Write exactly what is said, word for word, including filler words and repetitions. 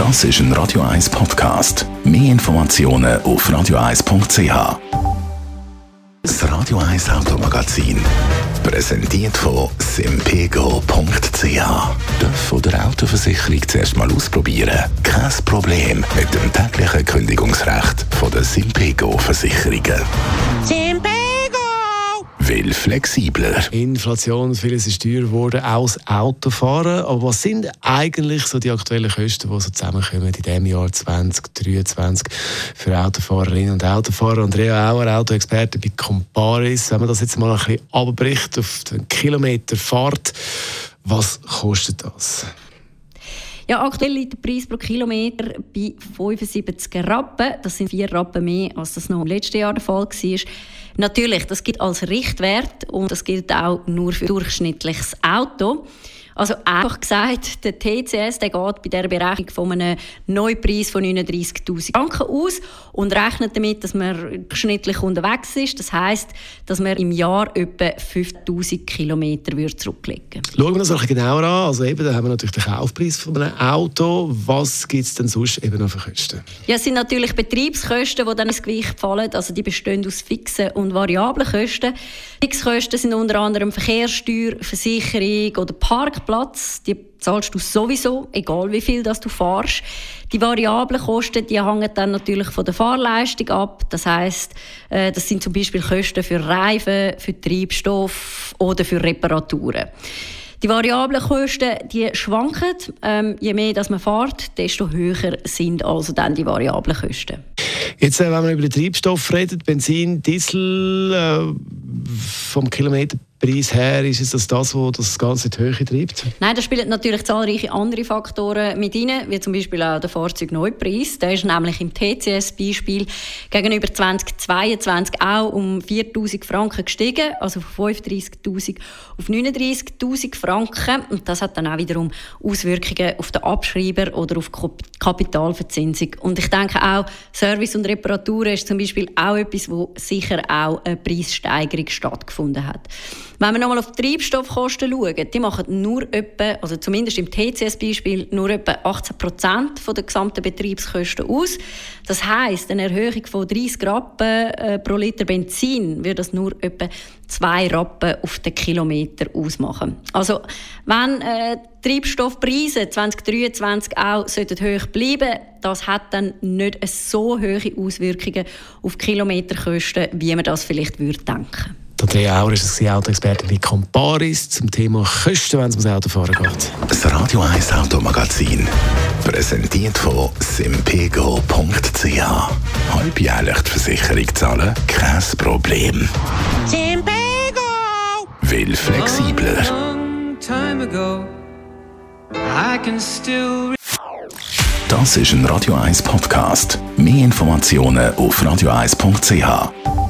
Das ist ein Radio eins Podcast. Mehr Informationen auf radio eins punkt c h. Das Radio eins Automagazin, präsentiert von simpego punkt c h. Darf oder Autoversicherung zuerst mal ausprobieren? Kein Problem mit dem täglichen Kündigungsrecht von der Simpego-Versicherungen. Simpego! Will flexibler. Inflation, vieles ist teurer geworden, auch das Autofahren. Aber was sind eigentlich so die aktuellen Kosten, die so zusammenkommen in diesem Jahr zwanzig dreiundzwanzig für Autofahrerinnen und Autofahrer? Andrea Auer, Autoexperte bei Comparis. Wenn man das jetzt mal ein bisschen abbricht auf den Kilometer Fahrt, was kostet das? Ja, aktuell liegt der Preis pro Kilometer bei fünfundsiebzig Rappen. Das sind vier Rappen mehr, als das noch im letzten Jahr der Fall war. Natürlich, das gilt als Richtwert und das gilt auch nur für ein durchschnittliches Auto. Also einfach gesagt, der T C S der geht bei dieser Berechnung von einem Neupreis von neununddreissigtausend Franken aus und rechnet damit, dass man durchschnittlich unterwegs ist. Das heisst, dass man im Jahr etwa fünftausend Kilometer zurücklegen würde. Schauen wir das ein bisschen genauer an. Also eben, da haben wir natürlich den Kaufpreis von einem Auto. Was gibt es denn sonst eben noch für Kosten? Ja, es sind natürlich Betriebskosten, die dann ins Gewicht fallen. Also die bestehen aus fixen und variablen Kosten. Fixkosten sind unter anderem Verkehrssteuer, Versicherung oder Parkplatz. Die zahlst du sowieso, egal wie viel das du fährst. Die variablen Kosten, die hängen dann natürlich von der Fahrleistung ab. Das heisst, äh, das sind zum Beispiel Kosten für Reifen, für Treibstoff oder für Reparaturen. Die variablen Kosten, die schwanken. Ähm, je mehr das man fährt, desto höher sind also dann die variablen Kosten. Jetzt, äh, wenn man über den Treibstoff redet, Benzin, Diesel, äh, vom Kilometerpreis her, ist es das, das, was das Ganze in die Höhe treibt? Nein, da spielen natürlich zahlreiche andere Faktoren mit rein, wie zum Beispiel auch der Fahrzeugneupreis. Der ist nämlich im T C S-Beispiel gegenüber zweitausendzweiundzwanzig auch um viertausend Franken gestiegen, also von fünfunddreissigtausend auf neununddreissigtausend Franken. Und das hat dann auch wiederum Auswirkungen auf den Abschreiber oder auf die Kapitalverzinsung. Und ich denke auch, Service und Reparaturen ist zum Beispiel auch etwas, wo sicher auch eine Preissteigerung stattgefunden hat. Wenn wir nochmal auf die Treibstoffkosten schauen, die machen nur etwa, also zumindest im T C S-Beispiel, nur etwa achtzehn Prozent der gesamten Betriebskosten aus. Das heisst, eine Erhöhung von dreissig Rappen äh, pro Liter Benzin würde das nur etwa zwei Rappen auf den Kilometer ausmachen. Also, wenn äh, die Treibstoffpreise zwanzig dreiundzwanzig auch hoch bleiben sollten, das hat dann nicht so hohe Auswirkungen auf Kilometerkosten, wie man das vielleicht würde denken. Andrea Auer ist Autoexperte bei Comparis zum Thema Kosten, wenn es ums Autofahren geht. Das Radio eins Automagazin, präsentiert von simpego punkt c h. Halbjährlich die Versicherung zahlen? Kein Problem. Simpego! Will flexibler. Das ist ein Radio eins Podcast. Mehr Informationen auf radio eins punkt c h.